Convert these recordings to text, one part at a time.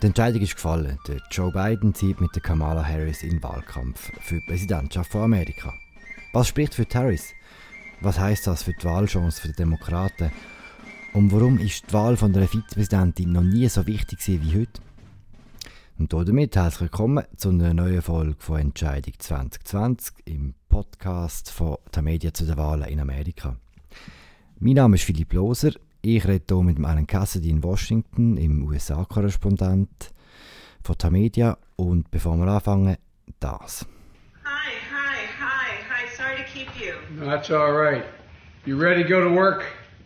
Die Entscheidung ist gefallen. Der Joe Biden zieht mit der Kamala Harris in den Wahlkampf für die Präsidentschaft von Amerika. Was spricht für die Harris? Was heisst das für die Wahlchance der Demokraten? Und warum ist die Wahl von der Vizepräsidentin noch nie so wichtig wie heute? Und damit herzlich willkommen zu einer neuen Folge von Entscheidung 2020 im Podcast von Tamedia zu den Wahlen in Amerika. Mein Name ist Philipp Loser. Ich rede hier mit Alan Cassidy in Washington, im USA-Korrespondent von Tamedia. Und bevor wir anfangen, das. Hi, sorry to keep you. That's all right. You ready to go to work?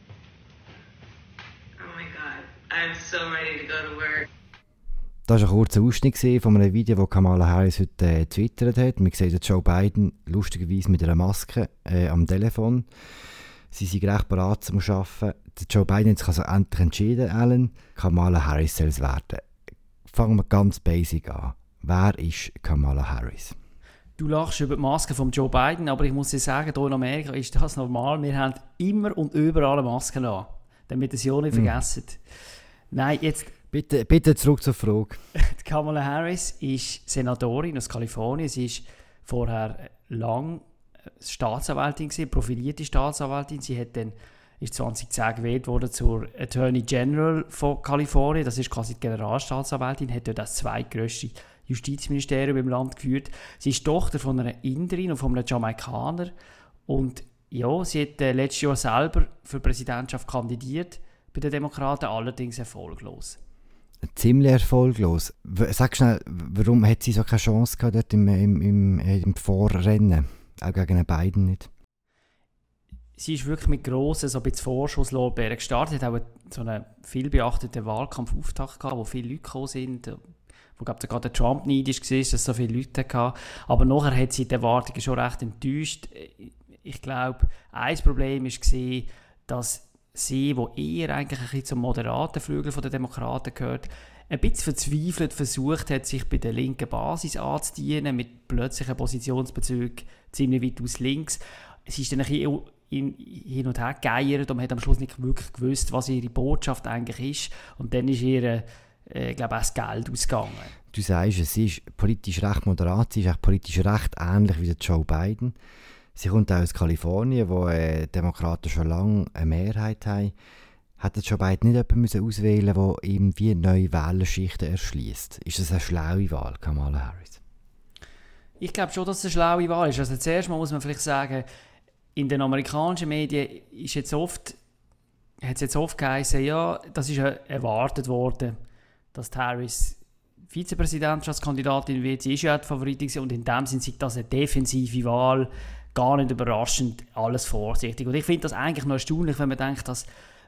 Oh my God, I'm so ready to go to work. Das war ein kurzer Ausschnitt von einem Video, das Kamala Harris heute getwittert hat. Man sieht Joe Biden lustigerweise mit einer Maske am Telefon. Sie sind recht bereit zum Arbeiten. Joe Biden hat sich also endlich entschieden, Alan. Kamala Harris soll es werden. Fangen wir ganz basic an. Wer ist Kamala Harris? Du lachst über die Maske von Joe Biden, aber ich muss dir sagen, hier in Amerika ist das normal. Wir haben immer und überall Masken an, damit ihr es ja nicht vergessen. Nein, jetzt... Bitte zurück zur Frage. Kamala Harris ist Senatorin aus Kalifornien. Sie ist vorher lang Staatsanwältin gewesen, profilierte Staatsanwältin. Sie hat dann, ist 2010 gewählt worden zur Attorney General von Kalifornien. Das ist quasi die Generalstaatsanwältin, hat dort das zweitgrösste Justizministerium im Land geführt. Sie ist Tochter von einer Inderin und von einem Jamaikaner. Und ja, sie hat letztes Jahr selber für die Präsidentschaft kandidiert, bei den Demokraten, allerdings erfolglos. Ziemlich erfolglos. Sag schnell, warum hat sie so keine Chance gehabt dort im Vorrennen? Auch gegen Biden nicht? Sie ist wirklich mit grossen, so ein bisschen Vorschusslorbeeren gestartet. Hat auch so einen vielbeachteten Wahlkampfauftakt gehabt, wo viele Leute gekommen sind, wo gerade der Trump neidisch war, dass es so viele Leute hatten. Aber nachher hat sie die Erwartungen schon recht enttäuscht. Ich glaube, ein Problem war, dass sie, die eher eigentlich ein bisschen zum moderaten Flügel der Demokraten gehört, ein bisschen verzweifelt versucht hat, sich bei der linken Basis anzudienen, mit plötzlichen Positionsbezügen ziemlich weit aus links. Sie ist dann ein bisschen hin und her gegeiert und man hat am Schluss nicht wirklich gewusst, was ihre Botschaft eigentlich ist. Und dann ist ihr, glaube ich, auch das Geld ausgegangen. Du sagst, sie ist politisch recht moderat, sie ist auch politisch recht ähnlich wie der Joe Biden. Sie kommt auch aus Kalifornien, wo Demokraten schon lange eine Mehrheit haben. Hat Joe Biden nicht jemanden auswählen müssen, der irgendwie neue Wählerschichten erschließt? Ist das eine schlaue Wahl, Kamala Harris? Ich glaube schon, dass es eine schlaue Wahl ist. Also zuerst mal muss man vielleicht sagen, in den amerikanischen Medien hat es jetzt oft geheißen, ja, das ist erwartet worden, dass Harris Vizepräsidentschaftskandidatin wird. Sie ist ja die Favoritin und in dem Sinne ist das eine defensive Wahl. Gar nicht überraschend, alles vorsichtig. Und ich finde das eigentlich noch erstaunlich, wenn man denkt, dass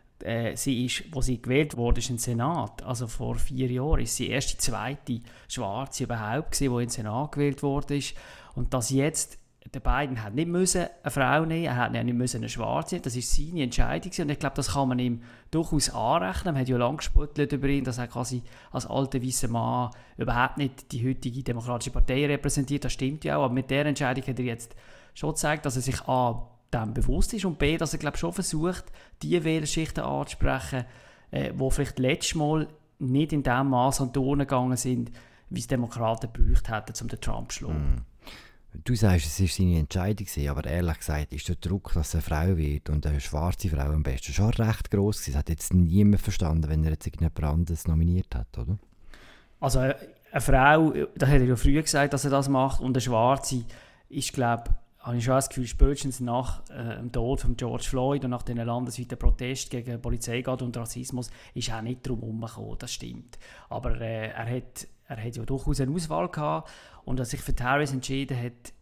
sie ist, wo sie gewählt wurde, ist im Senat. Also vor 4 Jahren ist sie erst die zweite Schwarze überhaupt gewesen, die in den Senat gewählt wurde. Und dass jetzt der Biden hat nicht müssen eine Frau nehmen, er hat nicht müssen eine Schwarze nehmen. Das ist seine Entscheidung und ich glaube, das kann man ihm durchaus anrechnen. Man hat ja lange gespottelt über ihn, dass er quasi als alter weißer Mann überhaupt nicht die heutige Demokratische Partei repräsentiert. Das stimmt ja auch, aber mit der Entscheidung hat er jetzt schon zeigt, dass er sich A, dem bewusst ist und B, dass er glaube schon versucht, die Wählerschichten anzusprechen, die vielleicht letztes Mal nicht in dem Maß an die Urne gegangen sind, wie es Demokraten gebraucht hätten, um den Trump zu schlagen. Du sagst, es war seine Entscheidung, aber ehrlich gesagt ist der Druck, dass es eine Frau wird und eine schwarze Frau am besten schon recht gross. Das hat jetzt niemand verstanden, wenn er jetzt irgendjemand anderes nominiert hat, oder? Also eine Frau, das hat er ja früher gesagt, dass er das macht, und eine Schwarze ist, glaube habe ich schon das Gefühl, spätestens nach dem Tod von George Floyd und nach den landesweiten Protesten gegen Polizeigewalt und Rassismus ist er nicht drum herumgekommen, das stimmt. Aber er hat ja durchaus eine Auswahl gehabt und dass sich für Harris entschieden hat,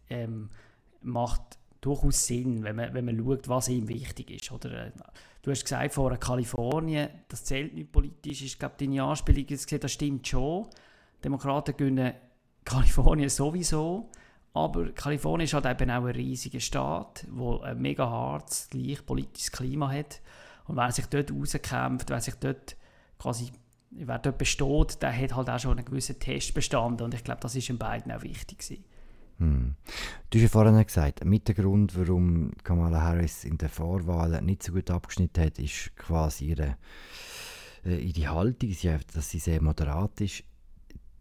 macht durchaus Sinn, wenn man schaut, was ihm wichtig ist. Oder, du hast gesagt, vorher Kalifornien, das zählt nicht politisch, ich glaube, deine Anspielung jetzt gesehen, das stimmt schon. Demokraten gewinnen Kalifornien sowieso. Aber Kalifornien ist halt eben auch ein riesiger Staat, der ein mega hartes, gleich politisches Klima hat. Und wer sich dort rauskämpft, wer dort besteht, der hat halt auch schon einen gewissen Test bestanden. Und ich glaube, das ist den beiden auch wichtig gewesen. Du hast ja vorhin gesagt, mit dem Grund, warum Kamala Harris in der Vorwahl nicht so gut abgeschnitten hat, ist quasi ihre Haltung, dass sie sehr moderat ist.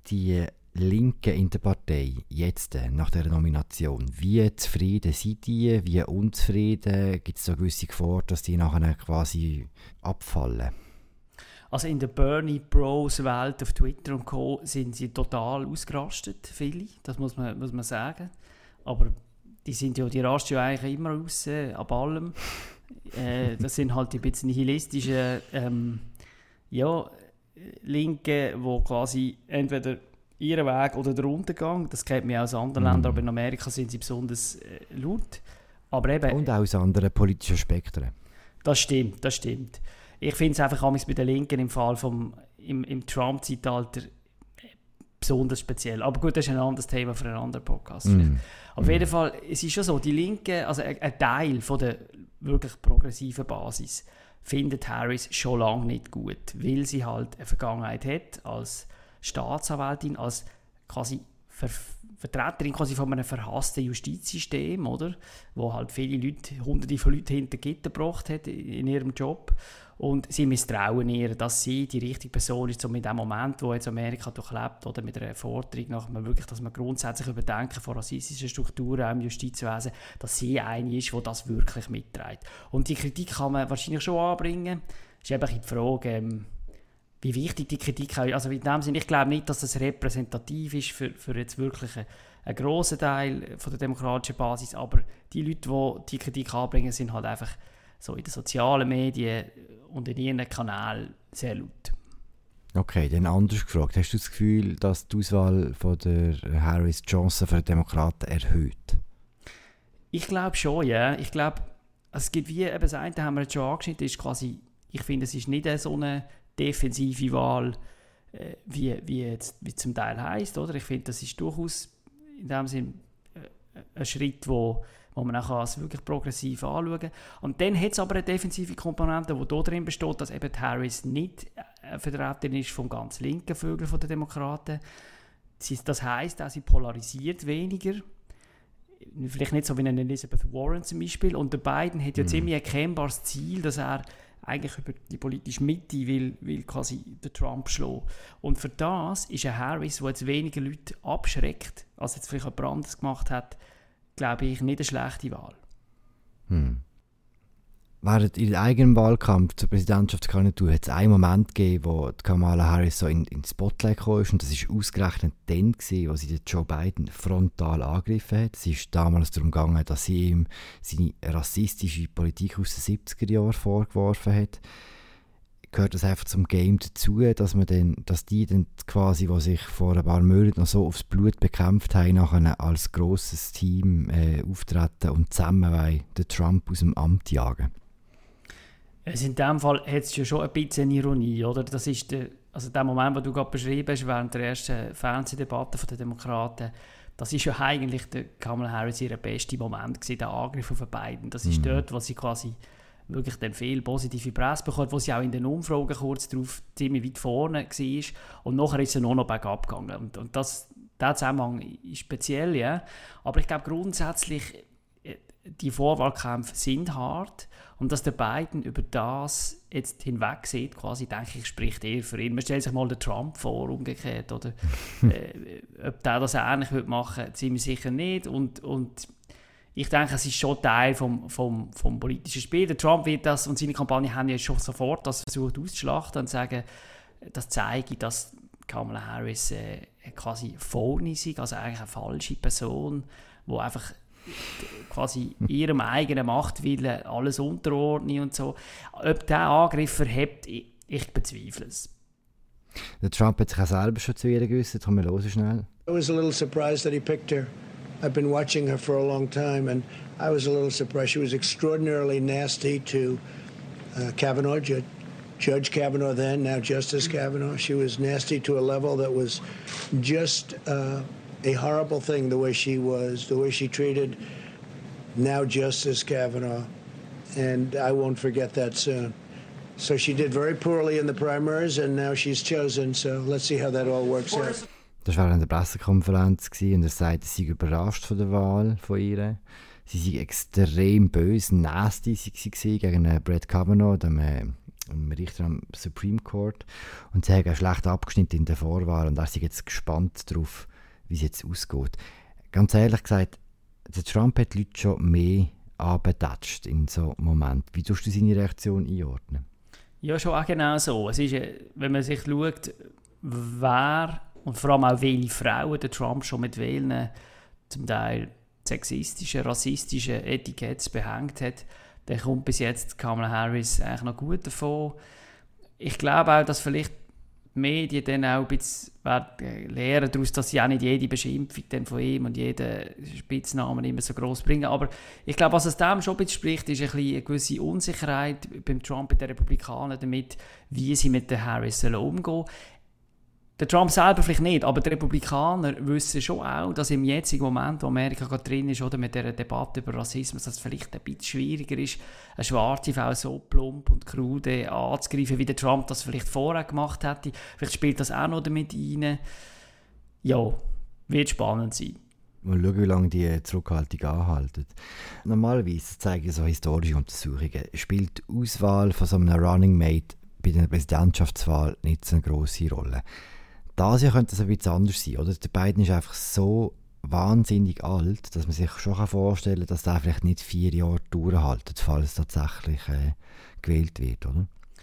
die Linken in der Partei jetzt nach der Nomination? Wie zufrieden sind die? Wie unzufrieden? Gibt es da gewisse Gefahr, dass die nachher quasi abfallen? Also in der Bernie Bros Welt auf Twitter und Co. sind sie total ausgerastet, viele, das muss man sagen. Aber die rasten ja eigentlich immer aus, ab allem. Das sind halt ein bisschen nihilistische Linke, die quasi entweder ihren Weg oder der Untergang, das kennt man auch aus anderen Ländern, aber in Amerika sind sie besonders laut. Aber eben, und auch aus anderen politischen Spektren. Das stimmt. Ich finde es einfach bei den Linken im Fall im Trump-Zeitalter besonders speziell. Aber gut, das ist ein anderes Thema für einen anderen Podcast. Auf jeden Fall, es ist schon so, die Linken, also ein Teil von der wirklich progressiven Basis, findet Harris schon lange nicht gut, weil sie halt eine Vergangenheit hat als Staatsanwältin, als quasi Vertreterin quasi von einem verhassten Justizsystem, oder? Wo halt viele Leute, hunderte von Leuten hinter Gitter gebracht hat in ihrem Job. Und sie misstrauen ihr, dass sie die richtige Person ist, so in dem Moment, wo jetzt Amerika durchlebt, oder mit einer Forderung nach wirklich, dass man grundsätzlich überdenken von rassistischen Strukturen auch im Justizwesen, dass sie eine ist, die das wirklich mitträgt. Und die Kritik kann man wahrscheinlich schon anbringen. Es ist eben die Frage, wie wichtig die Kritik ist. Also in dem Sinne, ich glaube nicht, dass das repräsentativ ist für jetzt wirklich einen grossen Teil von der demokratischen Basis, aber die Leute, die die Kritik anbringen, sind halt einfach so in den sozialen Medien und in ihren Kanälen sehr laut. Okay, dann anders gefragt. Hast du das Gefühl, dass die Auswahl von der Harris die Chancen für die Demokraten erhöht? Ich glaube schon, ja. Ich glaube, es gibt wie eben das eine, haben wir jetzt schon angeschnitten, ist quasi, ich finde, es ist nicht so eine defensive Wahl, wie zum Teil heisst, oder? Ich finde, das ist durchaus in dem Sinn ein Schritt, wo man auch wirklich progressiv anschauen kann. Und dann hat es aber eine defensive Komponente, die darin besteht, dass eben Harris nicht Vertreterin ist vom ganz linken Flügel der Demokraten. Das heisst auch, sie polarisiert weniger. Vielleicht nicht so wie eine Elizabeth Warren zum Beispiel. Und der Biden hat ja ziemlich erkennbares Ziel, dass er eigentlich über die politische Mitte will quasi den Trump schlagen. Und für das ist ein Harris, der jetzt weniger Leute abschreckt, als jetzt vielleicht jemand anderes gemacht hat, glaube ich, nicht eine schlechte Wahl. Während in den eigenen Wahlkampf zur Präsidentschaftskandidatur hat es einen Moment gegeben, wo Kamala Harris so in Spotlight kam, und das war ausgerechnet dann, wo sie den Joe Biden frontal angegriffen hat. Es ist damals darum gegangen, dass sie ihm seine rassistische Politik aus den 70er Jahren vorgeworfen hat. Gehört das einfach zum Game dazu, dass die dann quasi, die sich vor ein paar Monaten noch so aufs Blut bekämpft haben, nachher als grosses Team auftreten und zusammen den Trump aus dem Amt jagen? Also in dem Fall hat es ja schon ein bisschen Ironie, oder? Das ist der Moment, den du gerade beschrieben hast, während der ersten Fernsehdebatte der Demokraten, das ist ja eigentlich der Kamala Harris ihr bester Moment gewesen, der Angriff auf Biden. Das ist dort, wo sie quasi wirklich dann viel positive Presse bekommt, wo sie auch in den Umfragen kurz darauf ziemlich weit vorne war. Und nachher ist sie nur noch bergab gegangen. Und der Zusammenhang ist speziell, ja. Aber ich glaube grundsätzlich, die Vorwahlkämpfe sind hart. Und dass der Biden über das jetzt hinweg sieht, quasi, denke ich, spricht eher für ihn. Man stellt sich mal den Trump vor, umgekehrt. Oder? Ob der das ähnlich machen würde, ziemlich sicher nicht. Und ich denke, es ist schon Teil vom politischen Spiel. Der Trump wird das und seine Kampagne haben ja schon sofort das versucht auszuschlachten und sagen, das zeige, dass Kamala Harris quasi phony ist, also eigentlich eine falsche Person, die einfach quasi ihrem eigenen Machtwillen alles unterordnen und so. Ob der Angriff verhebt, ich bezweifle es. Der Trump hat sich auch selber schon zu ihr geäußert. Komm, wir hören schnell. I was a little surprised that he picked her. I've been watching her for a long time, and I was a little surprised. She was extraordinarily nasty to Kavanaugh, Judge Kavanaugh then, now Justice Kavanaugh. She was nasty to a level that was just a horrible thing, the way she treated now Justice Kavanaugh, and I won't forget that soon. So she did very poorly in the primaries, and now she's chosen, so let's see how that all works out. Das war während der Pressekonferenz und er sagt, sie sei überrascht von der Wahl von ihr. Sie sei extrem böse, nasty gegen Brett Kavanaugh, dem einem Richter am Supreme Court. Und sie haben schlecht abgeschnitten in der Vorwahl und er ist jetzt gespannt darauf, wie es jetzt ausgeht. Ganz ehrlich gesagt, der Trump hat die Leute schon mehr angetatscht in so einem Moment. Wie tust du seine Reaktion einordnen? Ja, schon auch genau so. Es ist, wenn man sich schaut, wer und vor allem auch welche Frauen der Trump schon mit welchen zum Teil sexistischen, rassistischen Etiketts behängt hat, dann kommt bis jetzt Kamala Harris eigentlich noch gut davon. Ich glaube auch, dass vielleicht die Medien dann auch ein bisschen lernen daraus, dass sie auch nicht jede Beschimpfung dann von ihm und jeden Spitznamen immer so gross bringen. Aber ich glaube, was aus dem schon ein bisschen spricht, ist eine gewisse Unsicherheit beim Trump und den Republikanern damit, wie sie mit der Harris umgehen sollen. Der Trump selber vielleicht nicht, aber die Republikaner wissen schon auch, dass im jetzigen Moment, wo Amerika gerade drin ist, oder mit dieser Debatte über Rassismus, dass es vielleicht ein bisschen schwieriger ist, eine schwarze Frau so plump und krude anzugreifen, wie der Trump das vielleicht vorher gemacht hätte. Vielleicht spielt das auch noch damit rein. Ja, wird spannend sein. Mal schauen, wie lange die Zurückhaltung anhalten. Normalerweise zeigen so historische Untersuchungen, spielt die Auswahl von so einem Running Mate bei der Präsidentschaftswahl nicht so eine grosse Rolle. Das Jahr könnte es ein bisschen anders sein, oder? Der Biden ist einfach so wahnsinnig alt, dass man sich schon vorstellen kann, dass der vielleicht nicht 4 Jahre durchhaltet, falls tatsächlich gewählt wird, oder?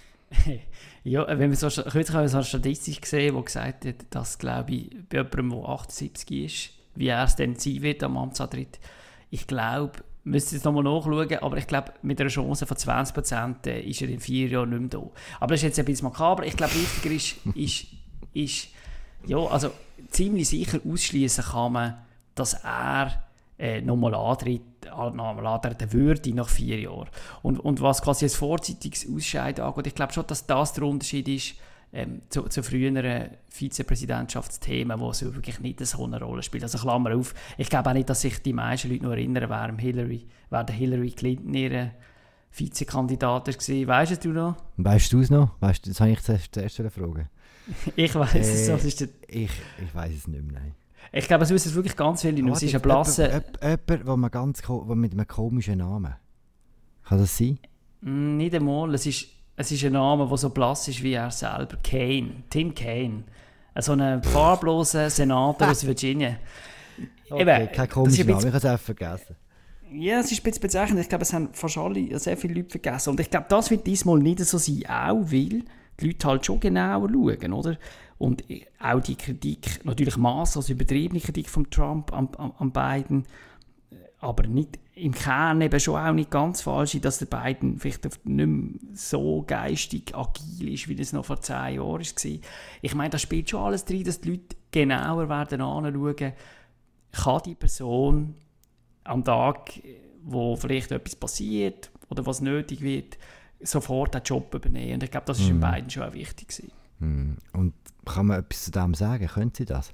Ja, wenn wir kürzlich haben wir so eine Statistik gesehen, die gesagt hat, dass, glaube ich, bei jemandem, der 78 ist, wie er es dann sein wird am Amtsantritt, ich glaube, müsste jetzt nochmal nachschauen, aber ich glaube, mit einer Chance von 20% ist er in 4 Jahren nicht mehr da. Aber das ist jetzt ein bisschen makaber. Ich glaube, wichtiger ist ja, also ziemlich sicher ausschließen kann man, dass er nochmal antreten würde nach 4 Jahren. Und was quasi das vorzeitiges Ausscheiden angeht, ich glaube schon, dass das der Unterschied ist zu früheren Vizepräsidentschaftsthemen, wo es wirklich nicht so eine Rolle spielt. Also Klammer auf, ich glaube auch nicht, dass sich die meisten Leute noch erinnern, wer Hillary Clinton ihre Vizekandidat war. Weißt du noch? Weißt du es noch? Das habe ich zuerst fragen. Ich weiss es. Ich weiss es nicht mehr, nein. Ich glaube, es wissen wirklich ganz viele Leute. Es ist ein blasser... Jemand, der mit einem komischen Namen. Kann das sein? Nicht einmal. Es ist ein Name, der so blass ist wie er selber. Tim Kaine. So ein farbloser Senator aus Virginia. Okay, kein komischer Name, ich habe es einfach vergessen. Ja, es ist ein bisschen bezeichnend. Ich glaube, es haben fast alle, sehr viele Leute vergessen. Und ich glaube, das wird diesmal nicht so sein, auch weil die Leute halt schon genauer schauen, oder? Und auch die Kritik, natürlich masslos übertriebene Kritik von Trump an Biden, aber nicht, im Kern eben schon auch nicht ganz falsch, dass der Biden vielleicht nicht mehr so geistig agil ist, wie das noch vor 10 Jahren war. Ich meine, da spielt schon alles drin, dass die Leute genauer werden anschauen, kann die Person am Tag, wo vielleicht etwas passiert oder was nötig wird, sofort den Job übernehmen. Und ich glaube, das war in beiden schon auch wichtig gewesen. Und kann man etwas zu dem sagen? Können Sie das?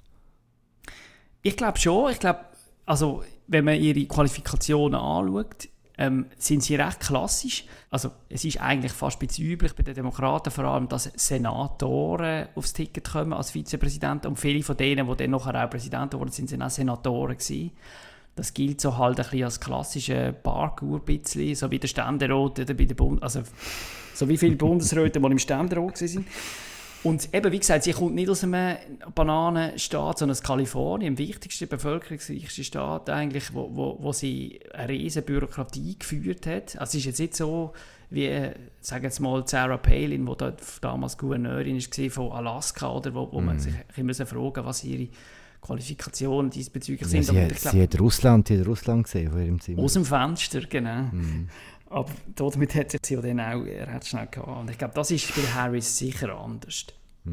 Ich glaube schon. Ich glaube, also, wenn man ihre Qualifikationen anschaut, sind sie recht klassisch. Also, es ist eigentlich fast ein bisschen üblich bei den Demokraten vor allem, dass Senatoren aufs Ticket kommen als Vizepräsident. Und viele von denen, die dann nachher auch Präsidenten wurden, sind auch Senatoren gewesen. Das gilt so halt ein bisschen als klassischer Parkour, so wie der Ständerat oder bei der also so wie viele Bundesräte, die im Ständerat waren. Und eben, wie gesagt, sie kommt nicht aus einem Bananenstaat, sondern aus Kalifornien, dem wichtigsten, bevölkerungsreichsten Staat eigentlich, wo sie eine riesige Bürokratie geführt hat. Also es ist jetzt nicht so, wie, sagen jetzt mal, Sarah Palin, die damals Gouverneurin war von Alaska, oder wo man sich fragen musste, was ihre Qualifikationen diesbezüglich sind. Sie hat Russland gesehen von ihrem Zimmer. Aus dem Fenster, genau. Aber damit hat sich sie dann auch recht schnell gehabt. Und ich glaube, das ist bei Harris sicher anders.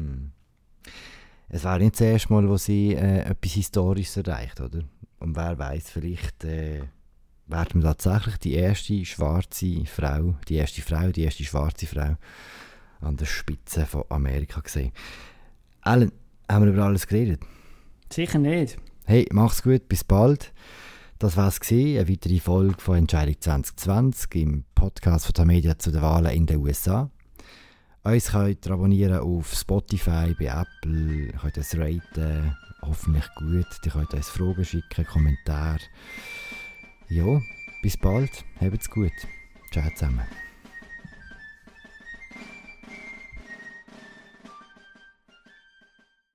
Es wäre nicht das erste Mal, wo sie etwas Historisches erreicht, oder? Und wer weiß, vielleicht werden wir tatsächlich die erste schwarze Frau, die erste schwarze Frau an der Spitze von Amerika sehen. Alan, haben wir über alles geredet? Sicher nicht. Hey, mach's gut, bis bald. Das war es, eine weitere Folge von Entscheidung 2020 im Podcast von Tamedia zu den Wahlen in den USA. Uns könnt ihr abonnieren auf Spotify, bei Apple, ihr könnt uns raten, hoffentlich gut. Ihr könnt uns Fragen schicken, Kommentare. Ja, bis bald, habt's gut. Ciao zusammen.